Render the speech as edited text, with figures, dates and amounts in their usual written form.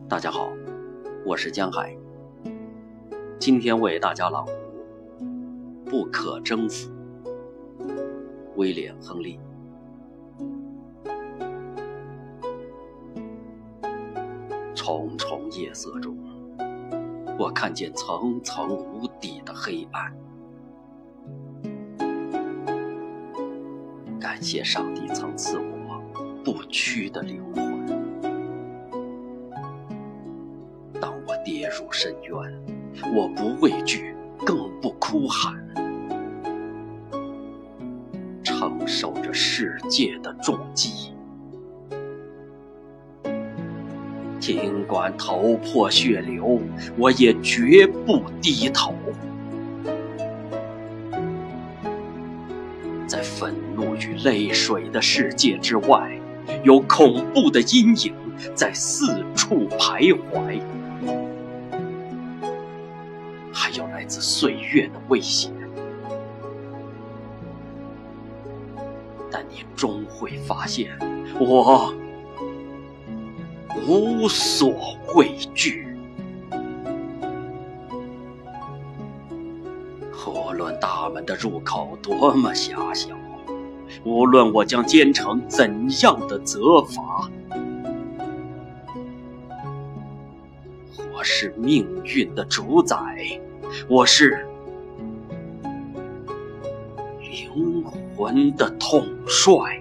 大家好，我是江海，今天为大家朗读《不可征服》，威廉·亨利。重重夜色中，我看见层层无底的黑暗。感谢上帝曾赐我不屈的灵魂。当我跌入深渊，我不畏惧，更不哭喊，承受着世界的重击。尽管头破血流，我也绝不低头。在愤怒与泪水的世界之外，有恐怖的阴影在四处徘徊，还有来自岁月的威胁。但你终会发现，我无所畏惧。无论大门的入口多么狭小，无论我将奸臣怎样的责罚，我是命运的主宰，我是灵魂的统帅。